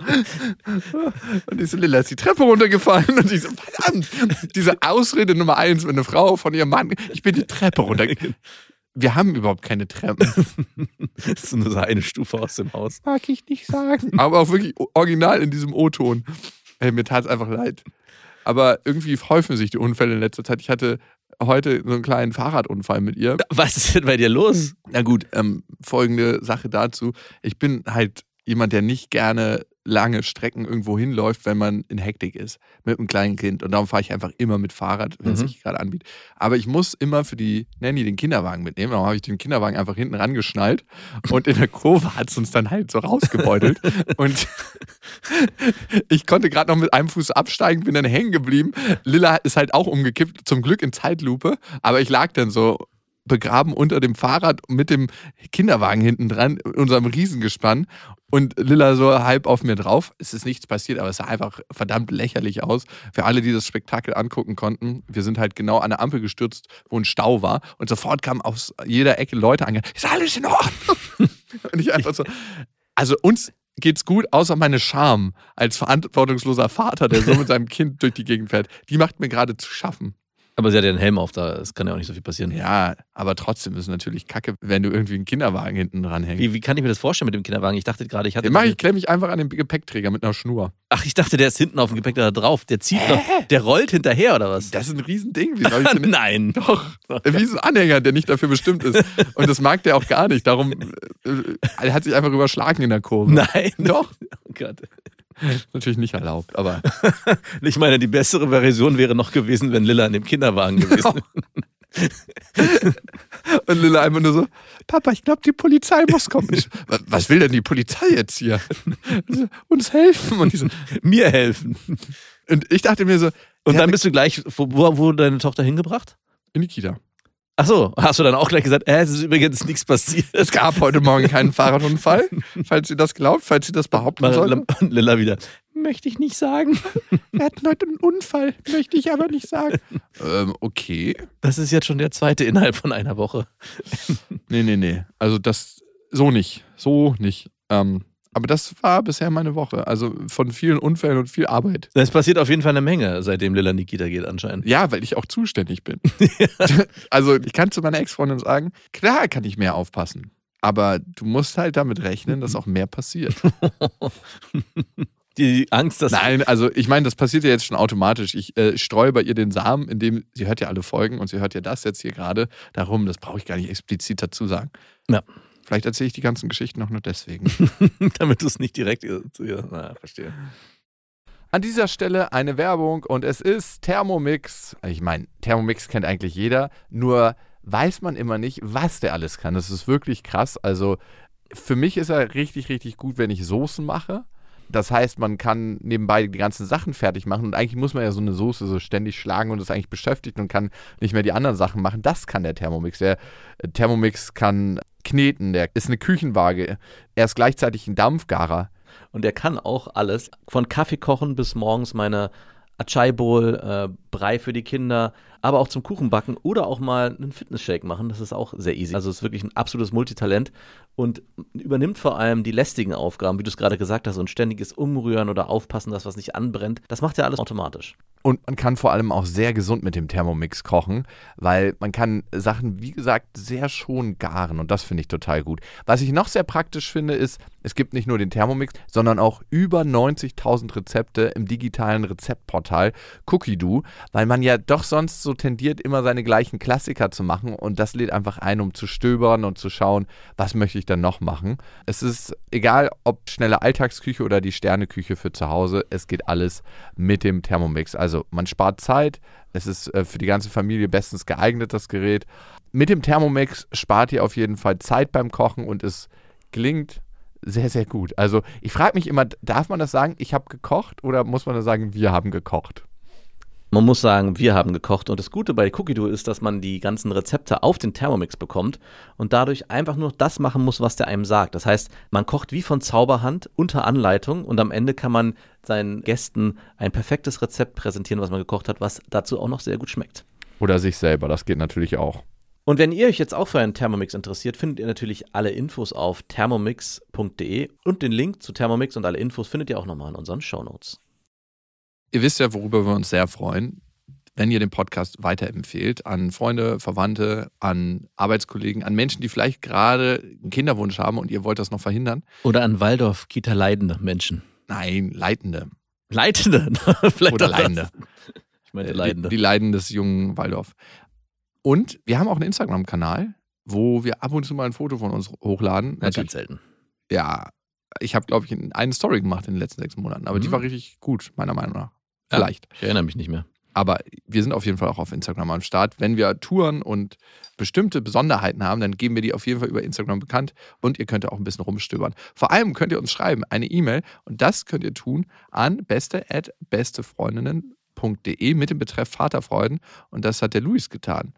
Und ich so, Lilla ist die Treppe runtergefallen und ich so, verdammt. Diese Ausrede Nummer eins, wenn eine Frau von ihrem Mann, ich bin die Treppe runtergefallen. Wir haben überhaupt keine Treppen. Das ist nur so eine Stufe aus dem Haus. Mag ich nicht sagen. Aber auch wirklich original in diesem O-Ton. Ey, mir tat's einfach leid. Aber irgendwie häufen sich die Unfälle in letzter Zeit. Ich hatte heute so einen kleinen Fahrradunfall mit ihr. Was ist denn bei dir los? Na gut, ähm, folgende Sache dazu. Ich bin halt jemand, der nicht gerne lange Strecken irgendwo hinläuft, wenn man in Hektik ist, mit einem kleinen Kind. Und darum fahre ich einfach immer mit Fahrrad, wenn es Mhm. sich gerade anbietet. Aber ich muss immer für die Nanny den Kinderwagen mitnehmen. Darum habe ich den Kinderwagen einfach hinten rangeschnallt und in der Kurve hat es uns dann halt so rausgebeutelt. Und ich konnte gerade noch mit einem Fuß absteigen, bin dann hängen geblieben. Lilla ist halt auch umgekippt, zum Glück in Zeitlupe. Aber ich lag dann so begraben unter dem Fahrrad mit dem Kinderwagen hinten dran, unserem Riesengespann. Und Lilla so halb auf mir drauf. Es ist nichts passiert, aber es sah einfach verdammt lächerlich aus. Für alle, die das Spektakel angucken konnten, wir sind halt genau an der Ampel gestürzt, wo ein Stau war. Und sofort kamen aus jeder Ecke Leute ange. Ist alles in Ordnung? Und ich einfach so. Also uns geht's gut, außer meine Scham als verantwortungsloser Vater, der so mit seinem Kind durch die Gegend fährt. Die macht mir gerade zu schaffen. Aber sie hat ja einen Helm auf, da es kann ja auch nicht so viel passieren. Ja, aber trotzdem ist es natürlich kacke, wenn du irgendwie einen Kinderwagen hinten dran hängst. Wie, wie kann ich mir das vorstellen mit dem Kinderwagen? Ich dachte gerade, ich hatte... Den mach ich, klemme ich einfach an den Gepäckträger mit einer Schnur. Ach, ich dachte, der ist hinten auf dem Gepäck da drauf. Der zieht noch, der rollt hinterher, oder was? Das ist ein Riesending. Wie soll ich denn Nein. Doch, wie so ein Anhänger, der nicht dafür bestimmt ist. Und das mag der auch gar nicht. Darum, äh, er hat sich einfach überschlagen in der Kurve. Nein. Doch. Oh Gott. Natürlich nicht erlaubt, aber... Ich meine, die bessere Version wäre noch gewesen, wenn Lilla in dem Kinderwagen gewesen wäre. Und Lilla einfach nur so, Papa, ich glaube, die Polizei muss kommen. Ich, was will denn die Polizei jetzt hier? So, uns helfen. Und, die so, Mir helfen. und ich dachte mir so... Und dann bist du gleich, wo, wo wurde deine Tochter hingebracht? In die Kita. Ach so, hast du dann auch gleich gesagt, äh, es ist übrigens nichts passiert. Es gab heute Morgen keinen Fahrradunfall, falls sie das glaubt, falls sie das behaupten soll. Und Lilla wieder, möchte ich nicht sagen. Wir hatten heute einen Unfall, möchte ich aber nicht sagen. ähm, okay. Das ist jetzt schon der zweite innerhalb von einer Woche. Nee, nee, nee. Also das, so nicht. So nicht. Ähm, aber das war bisher meine Woche. Also von vielen Unfällen und viel Arbeit. Es passiert auf jeden Fall eine Menge, seitdem Lilla in die Kita geht anscheinend. Ja, weil ich auch zuständig bin. Also ich kann zu meiner Ex-Freundin sagen, klar kann ich mehr aufpassen. Aber du musst halt damit rechnen, dass auch mehr passiert. Die Angst, dass... Nein, also ich meine, das passiert ja jetzt schon automatisch. Ich äh, streue bei ihr den Samen, indem sie hört ja alle Folgen und sie hört ja das jetzt hier gerade. Darum, das brauche ich gar nicht explizit dazu sagen. Ja. Vielleicht erzähle ich die ganzen Geschichten auch nur deswegen. Damit du es nicht direkt zu ihr... Na, verstehe. An dieser Stelle eine Werbung und es ist Thermomix. Ich meine, Thermomix kennt eigentlich jeder, nur weiß man immer nicht, was der alles kann. Das ist wirklich krass. Also für mich ist er richtig, richtig gut, wenn ich Soßen mache. Das heißt, man kann nebenbei die ganzen Sachen fertig machen und eigentlich muss man ja so eine Soße so ständig schlagen und ist eigentlich beschäftigt und kann nicht mehr die anderen Sachen machen. Das kann der Thermomix. Der Thermomix kann kneten, der ist eine Küchenwaage. Er ist gleichzeitig ein Dampfgarer. Und er kann auch alles, von Kaffee kochen bis morgens meine Acai Bowl, äh, Brei für die Kinder, aber auch zum Kuchenbacken oder auch mal einen Fitness-Shake machen. Das ist auch sehr easy. Also es ist wirklich ein absolutes Multitalent und übernimmt vor allem die lästigen Aufgaben, wie du es gerade gesagt hast, und ständiges Umrühren oder Aufpassen, dass was nicht anbrennt. Das macht ja alles automatisch. Und man kann vor allem auch sehr gesund mit dem Thermomix kochen, weil man kann Sachen, wie gesagt, sehr schon garen und das finde ich total gut. Was ich noch sehr praktisch finde, ist, es gibt nicht nur den Thermomix, sondern auch über neunzigtausend Rezepte im digitalen Rezeptportal Cookidoo, weil man ja doch sonst so tendiert, immer seine gleichen Klassiker zu machen und das lädt einfach ein, um zu stöbern und zu schauen, was möchte ich dann noch machen. Es ist egal, ob schnelle Alltagsküche oder die Sterneküche für zu Hause, es geht alles mit dem Thermomix. Also Also man spart Zeit, es ist äh, für die ganze Familie bestens geeignet, das Gerät. Mit dem Thermomix spart ihr auf jeden Fall Zeit beim Kochen und es gelingt sehr, sehr gut. Also ich frage mich immer, darf man das sagen, ich habe gekocht oder muss man das sagen, wir haben gekocht? Man muss sagen, wir haben gekocht und das Gute bei Cookidoo ist, dass man die ganzen Rezepte auf den Thermomix bekommt und dadurch einfach nur das machen muss, was der einem sagt. Das heißt, man kocht wie von Zauberhand unter Anleitung und am Ende kann man seinen Gästen ein perfektes Rezept präsentieren, was man gekocht hat, was dazu auch noch sehr gut schmeckt. Oder sich selber, das geht natürlich auch. Und wenn ihr euch jetzt auch für einen Thermomix interessiert, findet ihr natürlich alle Infos auf thermomix punkt de und den Link zu Thermomix und alle Infos findet ihr auch nochmal in unseren Shownotes. Ihr wisst ja, worüber wir uns sehr freuen, wenn ihr den Podcast weiterempfehlt an Freunde, Verwandte, an Arbeitskollegen, an Menschen, die vielleicht gerade einen Kinderwunsch haben und ihr wollt das noch verhindern. Oder an Waldorf-Kita leidende Menschen. Nein, Leitende. Leitende? Vielleicht Oder Leidende. Ich meine Leidende. Die, die Leiden des jungen Waldorf. Und wir haben auch einen Instagram-Kanal, wo wir ab und zu mal ein Foto von uns hochladen. Ja, ganz selten. Ja, ich habe, glaube ich, eine Story gemacht in den letzten sechs Monaten. Aber mhm. die war richtig gut, meiner Meinung nach. Vielleicht. Ja, ich erinnere mich nicht mehr. Aber wir sind auf jeden Fall auch auf Instagram am Start. Wenn wir Touren und bestimmte Besonderheiten haben, dann geben wir die auf jeden Fall über Instagram bekannt und ihr könnt auch ein bisschen rumstöbern. Vor allem könnt ihr uns schreiben, eine E-Mail und das könnt ihr tun an beste at bestefreundinnen punkt de mit dem Betreff Vaterfreuden und das hat der Luis getan.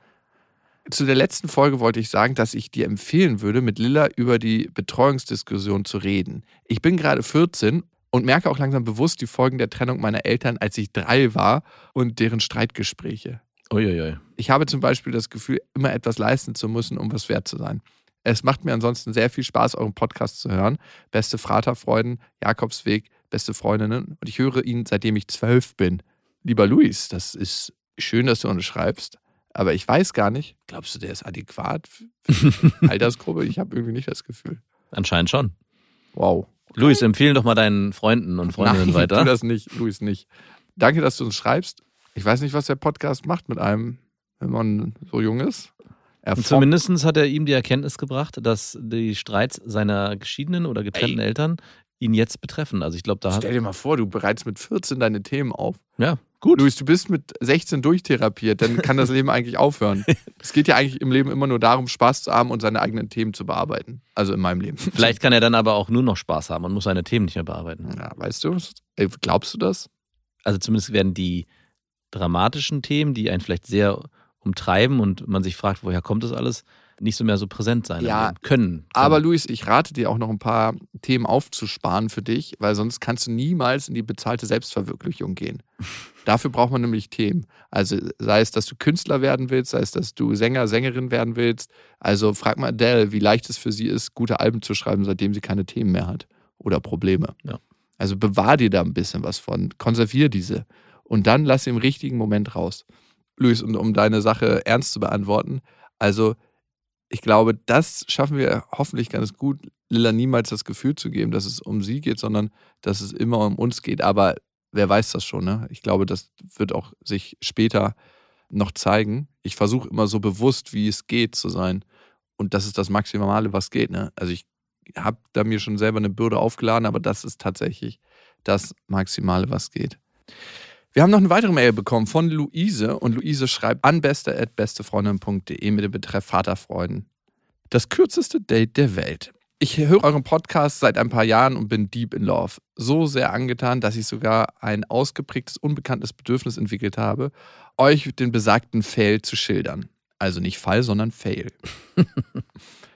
Zu der letzten Folge wollte ich sagen, dass ich dir empfehlen würde, mit Lilla über die Betreuungsdiskussion zu reden. Ich bin gerade vierzehn und merke auch langsam bewusst die Folgen der Trennung meiner Eltern, als ich drei war und deren Streitgespräche. Uiuiui. Ich habe zum Beispiel das Gefühl, immer etwas leisten zu müssen, um was wert zu sein. Es macht mir ansonsten sehr viel Spaß, euren Podcast zu hören. Beste Vaterfreuden, Jakobsweg, beste Freundinnen. Und ich höre ihn, seitdem ich zwölf bin. Lieber Luis, das ist schön, dass du uns schreibst, aber ich weiß gar nicht, glaubst du, der ist adäquat für die Altersgruppe? Ich habe irgendwie nicht das Gefühl. Anscheinend schon. Wow. Luis, empfehle doch mal deinen Freunden und Freundinnen Nein, weiter. tu das nicht, Luis, nicht. Danke, dass du uns schreibst. Ich weiß nicht, was der Podcast macht mit einem, wenn man so jung ist. Zumindest hat er ihm die Erkenntnis gebracht, dass die Streits seiner geschiedenen oder getrennten Ey. Eltern ihn jetzt betreffen. Also ich glaube, da Stell dir mal vor, du bereitest mit vierzehn deine Themen auf. Ja, gut. Luis, du bist mit sechzehn durchtherapiert, dann kann das Leben eigentlich aufhören. Es geht ja eigentlich im Leben immer nur darum, Spaß zu haben und seine eigenen Themen zu bearbeiten. Also in meinem Leben. Vielleicht kann er dann aber auch nur noch Spaß haben und muss seine Themen nicht mehr bearbeiten. Ja, weißt du, ey, glaubst du das? Also zumindest werden die dramatischen Themen, die einen vielleicht sehr umtreiben und man sich fragt, woher kommt das alles, nicht so mehr so präsent sein ja, können, können. Aber Luis, ich rate dir auch noch ein paar Themen aufzusparen für dich, weil sonst kannst du niemals in die bezahlte Selbstverwirklichung gehen. Dafür braucht man nämlich Themen. Also sei es, dass du Künstler werden willst, sei es, dass du Sänger, Sängerin werden willst. Also frag mal Adele, wie leicht es für sie ist, gute Alben zu schreiben, seitdem sie keine Themen mehr hat oder Probleme. Ja. Also bewahr dir da ein bisschen was von, konservier diese und dann lass sie im richtigen Moment raus. Luis, und um deine Sache ernst zu beantworten, also ich glaube, das schaffen wir hoffentlich ganz gut, Lilla niemals das Gefühl zu geben, dass es um sie geht, sondern dass es immer um uns geht. Aber wer weiß das schon, ne? Ich glaube, das wird auch sich später noch zeigen. Ich versuche immer so bewusst, wie es geht, zu sein. Und das ist das Maximale, was geht, ne? Also ich habe da mir schon selber eine Bürde aufgeladen, aber das ist tatsächlich das Maximale, was geht. Wir haben noch eine weitere Mail bekommen von Luise und Luise schreibt an beste at bestefreundin punkt de mit dem Betreff Vaterfreuden. Das kürzeste Date der Welt. Ich höre euren Podcast seit ein paar Jahren und bin deep in love. So sehr angetan, dass ich sogar ein ausgeprägtes, unbekanntes Bedürfnis entwickelt habe, euch den besagten Fail zu schildern. Also nicht Fall, sondern Fail.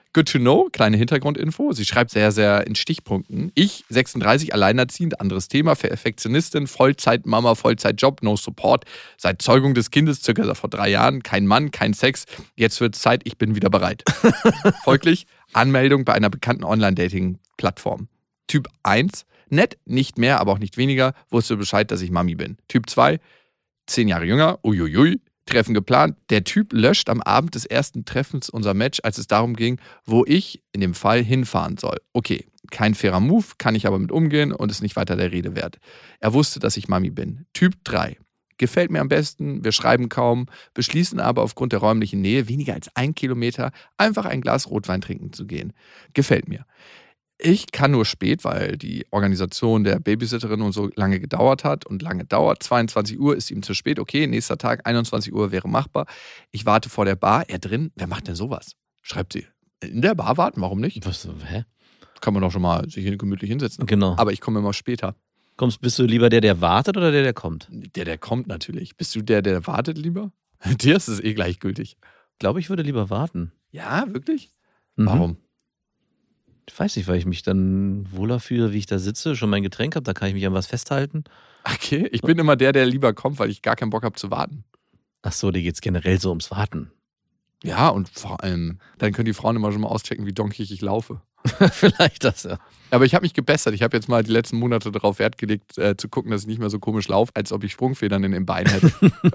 Good to know, kleine Hintergrundinfo. Sie schreibt sehr, sehr in Stichpunkten. Ich, sechsunddreißig, alleinerziehend, anderes Thema, Perfektionistin, Vollzeitmama, Vollzeitjob, no support. Seit Zeugung des Kindes, circa vor drei Jahren, kein Mann, kein Sex. Jetzt wird's Zeit, ich bin wieder bereit. Folglich Anmeldung bei einer bekannten Online-Dating-Plattform. Typ eins, nett, nicht mehr, aber auch nicht weniger, wusste Bescheid, dass ich Mami bin. Typ zwei, zehn Jahre jünger, uiuiui. Treffen geplant. Der Typ löscht am Abend des ersten Treffens unser Match, als es darum ging, wo ich in dem Fall hinfahren soll. Okay, kein fairer Move, kann ich aber mit umgehen und ist nicht weiter der Rede wert. Er wusste, dass ich Mami bin. Typ drei. Gefällt mir am besten, wir schreiben kaum, beschließen aber aufgrund der räumlichen Nähe, weniger als ein Kilometer, einfach ein Glas Rotwein trinken zu gehen. Gefällt mir. Ich kann nur spät, weil die Organisation der Babysitterin und so lange gedauert hat und lange dauert. zweiundzwanzig Uhr ist ihm zu spät. Okay, nächster Tag, einundzwanzig Uhr wäre machbar. Ich warte vor der Bar. Er drin. Wer macht denn sowas? Schreibt sie. In der Bar warten? Warum nicht? Was, hä? Kann man doch schon mal sich hier gemütlich hinsetzen. Genau. Aber ich komme immer später. Kommst, bist du lieber der, der wartet oder der, der kommt? Der, der kommt natürlich. Bist du der, der wartet lieber? Dir ist es eh gleichgültig. Ich glaube, ich würde lieber warten. Ja, wirklich? Mhm. Warum? Ich weiß nicht, weil ich mich dann wohler fühle, wie ich da sitze, schon mein Getränk habe, da kann ich mich an was festhalten. Okay, ich bin immer der, der lieber kommt, weil ich gar keinen Bock habe zu warten. Ach so, dir geht es generell so ums Warten. Ja, und vor allem, dann können die Frauen immer schon mal auschecken, wie donkig ich laufe. Vielleicht das, ja. Aber ich habe mich gebessert. Ich habe jetzt mal die letzten Monate darauf Wert gelegt, äh, zu gucken, dass ich nicht mehr so komisch laufe, als ob ich Sprungfedern in den Beinen hätte.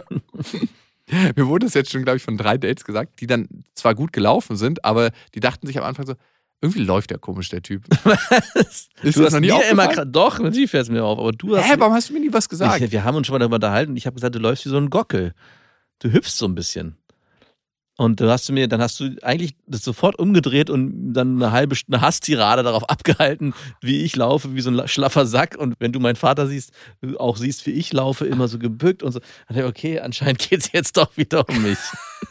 Mir wurde es jetzt schon, glaube ich, von drei Dates gesagt, die dann zwar gut gelaufen sind, aber die dachten sich am Anfang so, irgendwie läuft der komisch, der Typ. Was? Ist Du das hast noch nie mir aufgefallen? immer gra- Doch, natürlich fällt es mir auf, aber du hast. Hä, warum hast du mir nie was gesagt? Ich, wir haben uns schon mal darüber unterhalten und ich habe gesagt, du läufst wie so ein Gockel. Du hüpfst so ein bisschen. Und du hast du mir, dann hast du eigentlich das sofort umgedreht und dann eine halbe eine Hasstirade darauf abgehalten, wie ich laufe, wie so ein schlaffer Sack. Und wenn du meinen Vater siehst, du auch siehst, wie ich laufe, immer so gebückt und so. Dann dachte ich, okay, anscheinend geht es jetzt doch wieder um mich.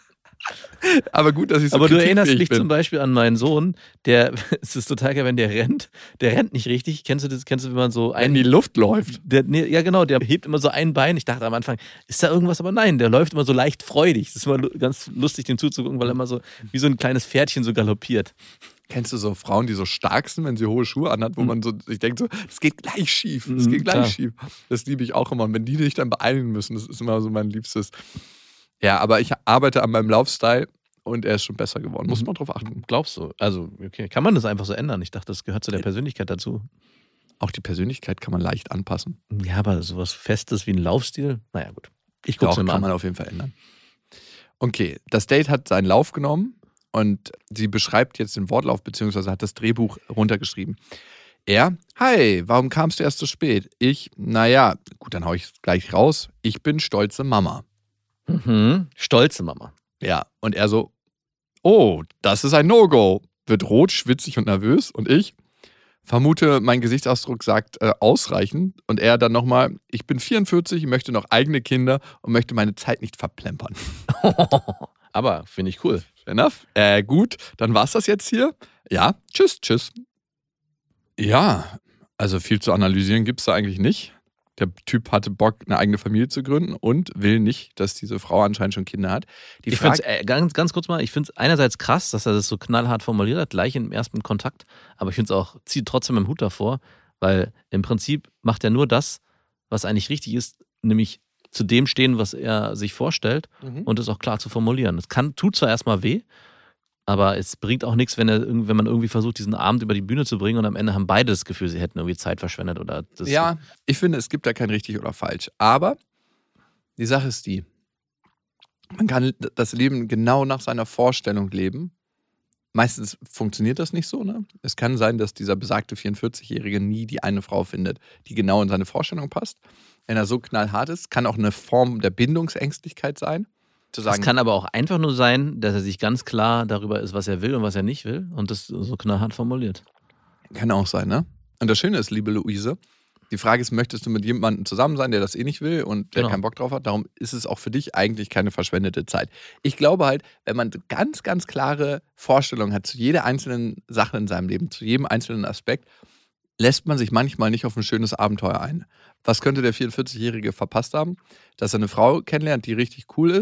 Aber gut, dass ich so Aber du erinnerst kritikfähig dich bin. zum Beispiel an meinen Sohn, der, es ist total geil, wenn der rennt, der rennt nicht richtig. Kennst du das, kennst du, wenn man so Wenn ein, die Luft läuft. der, nee, ja genau, der hebt immer so ein Bein. Ich dachte am Anfang, ist da irgendwas? Aber nein, der läuft immer so leicht freudig. Das ist immer lu- ganz lustig, dem zuzugucken, weil er immer so wie so ein kleines Pferdchen so galoppiert. Kennst du so Frauen, die so stark sind, wenn sie hohe Schuhe anhat, wo man so, ich denke so, das geht gleich schief, das Mhm, geht gleich klar. schief. Das liebe ich auch immer. Und wenn die sich dann beeilen müssen, das ist immer so mein Liebstes. Ja, aber ich arbeite an meinem Laufstyle und er ist schon besser geworden. Muss man drauf achten. Glaubst du? Also, okay. Kann man das einfach so ändern? Ich dachte, das gehört zu der Persönlichkeit dazu. Auch die Persönlichkeit kann man leicht anpassen. Ja, aber sowas Festes wie ein Laufstil, naja, gut. Ich guck's Doch, mir mal kann an. man auf jeden Fall ändern. Okay, das Date hat seinen Lauf genommen und sie beschreibt jetzt den Wortlauf, beziehungsweise hat das Drehbuch runtergeschrieben. Er, hi, warum kamst du erst so spät? Ich, naja, gut, dann hau ich gleich raus. Ich bin stolze Mama. Mhm. Stolze Mama. Ja, und er so, oh, das ist ein No-Go. Wird rot, schwitzig und nervös. Und ich vermute, mein Gesichtsausdruck sagt äh, ausreichend. Und er dann nochmal, ich bin vierundvierzig, möchte noch eigene Kinder und möchte meine Zeit nicht verplempern. Aber finde ich cool. Fair enough. Äh, gut, dann war's das jetzt hier. Ja, tschüss, tschüss. Ja, also viel zu analysieren gibt's da eigentlich nicht. Der Typ hatte Bock, eine eigene Familie zu gründen und will nicht, dass diese Frau anscheinend schon Kinder hat. Die Ich finde Frage, es, äh, ganz, ganz kurz mal, ich finde es einerseits krass, dass er das so knallhart formuliert hat, gleich im ersten Kontakt, aber ich finde es auch, zieht trotzdem im Hut davor, weil im Prinzip macht er nur das, was eigentlich richtig ist, nämlich zu dem stehen, was er sich vorstellt Mhm. und es auch klar zu formulieren. Es kann, tut zwar erstmal weh, aber es bringt auch nichts, wenn, er, irgend- wenn man irgendwie versucht, diesen Abend über die Bühne zu bringen und am Ende haben beide das Gefühl, sie hätten irgendwie Zeit verschwendet oder das. ja, ich finde, es gibt da kein richtig oder falsch. Aber die Sache ist die, man kann das Leben genau nach seiner Vorstellung leben. Meistens funktioniert das nicht so. Ne? Es kann sein, dass dieser besagte vierundvierzig-Jährige nie die eine Frau findet, die genau in seine Vorstellung passt. Wenn er so knallhart ist, kann auch eine Form der Bindungsängstlichkeit sein. Zu Es sagen, kann aber auch einfach nur sein, dass er sich ganz klar darüber ist, was er will und was er nicht will und das so knallhart formuliert. Kann auch sein, ne? Und das Schöne ist, liebe Luise, die Frage ist, möchtest du mit jemandem zusammen sein, der das eh nicht will und der Genau. keinen Bock drauf hat? Darum ist es auch für dich eigentlich keine verschwendete Zeit. Ich glaube halt, wenn man ganz, ganz klare Vorstellungen hat zu jeder einzelnen Sache in seinem Leben, zu jedem einzelnen Aspekt, lässt man sich manchmal nicht auf ein schönes Abenteuer ein. Was könnte der vierundvierzig-Jährige verpasst haben? Dass er eine Frau kennenlernt, die richtig cool ist,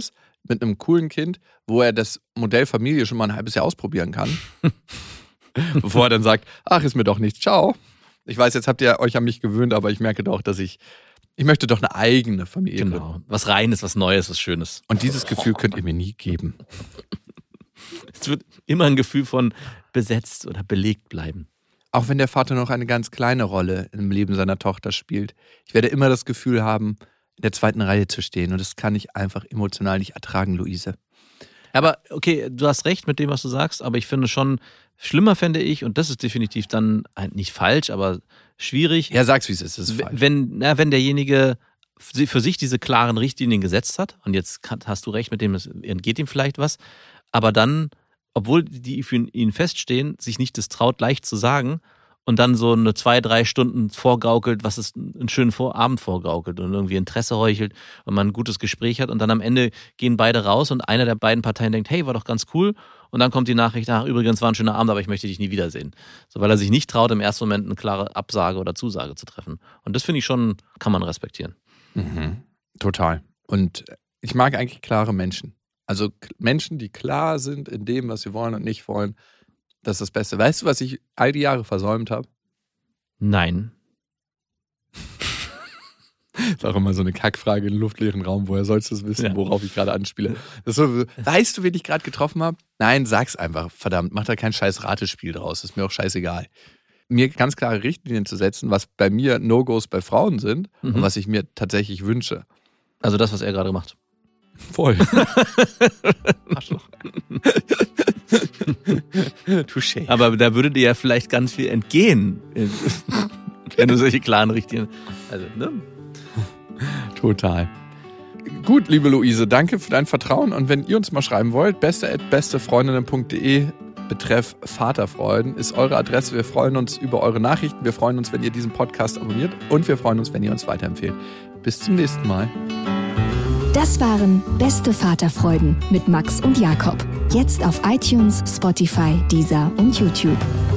mit einem coolen Kind, wo er das Modell Familie schon mal ein halbes Jahr ausprobieren kann. Bevor er dann sagt, ach, ist mir doch nichts, ciao. Ich weiß, jetzt habt ihr euch an mich gewöhnt, aber ich merke doch, dass ich, ich möchte doch eine eigene Familie Genau, gründen. was Reines, was Neues, was Schönes. Und dieses Gefühl könnt ihr mir nie geben. Es wird immer ein Gefühl von besetzt oder belegt bleiben. Auch wenn der Vater noch eine ganz kleine Rolle im Leben seiner Tochter spielt. Ich werde immer das Gefühl haben, in der zweiten Reihe zu stehen. Und das kann ich einfach emotional nicht ertragen, Luise. Aber okay, du hast recht mit dem, was du sagst, aber ich finde schon, schlimmer fände ich, und das ist definitiv dann nicht falsch, aber schwierig. Ja, sag's wie es ist, das ist falsch. Wenn, na, wenn derjenige für sich diese klaren Richtlinien gesetzt hat, und jetzt hast du recht mit dem, es entgeht ihm vielleicht was, aber dann, obwohl die für ihn feststehen, sich nicht das traut, leicht zu sagen und dann so eine zwei, drei Stunden vorgaukelt, was es einen schönen Abend vorgaukelt und irgendwie Interesse heuchelt und man ein gutes Gespräch hat und dann am Ende gehen beide raus und einer der beiden Parteien denkt, hey, war doch ganz cool und dann kommt die Nachricht, ach, übrigens war ein schöner Abend, aber ich möchte dich nie wiedersehen. So, weil er sich nicht traut, im ersten Moment eine klare Absage oder Zusage zu treffen. Und das finde ich schon, kann man respektieren. Mhm. Total. Und ich mag eigentlich klare Menschen. Also Menschen, die klar sind in dem, was sie wollen und nicht wollen. Das ist das Beste. Weißt du, was ich all die Jahre versäumt habe? Nein. Das ist auch immer so eine Kackfrage in luftleeren Raum. Woher sollst du es wissen, Ja. worauf ich gerade anspiele? Das ist so, weißt du, wen ich gerade getroffen habe? Nein, sag's einfach. Verdammt, mach da kein scheiß Ratespiel draus. Ist mir auch scheißegal. Mir ganz klare Richtlinien zu setzen, was bei mir No-Gos bei Frauen sind Mhm. und was ich mir tatsächlich wünsche. Also das, was er gerade macht. Voll. Arschloch. Touché. Aber da würde dir ja vielleicht ganz viel entgehen, wenn du solche klaren Richtlinien. Also, ne? Total. Gut, liebe Luise, danke für dein Vertrauen. Und wenn ihr uns mal schreiben wollt, beste at bestefreundinnen punkt de betreff Vaterfreuden ist eure Adresse. Wir freuen uns über eure Nachrichten. Wir freuen uns, wenn ihr diesen Podcast abonniert. Und wir freuen uns, wenn ihr uns weiterempfehlt. Bis zum nächsten Mal. Das waren Beste Vaterfreuden mit Max und Jakob. Jetzt auf iTunes, Spotify, Deezer und YouTube.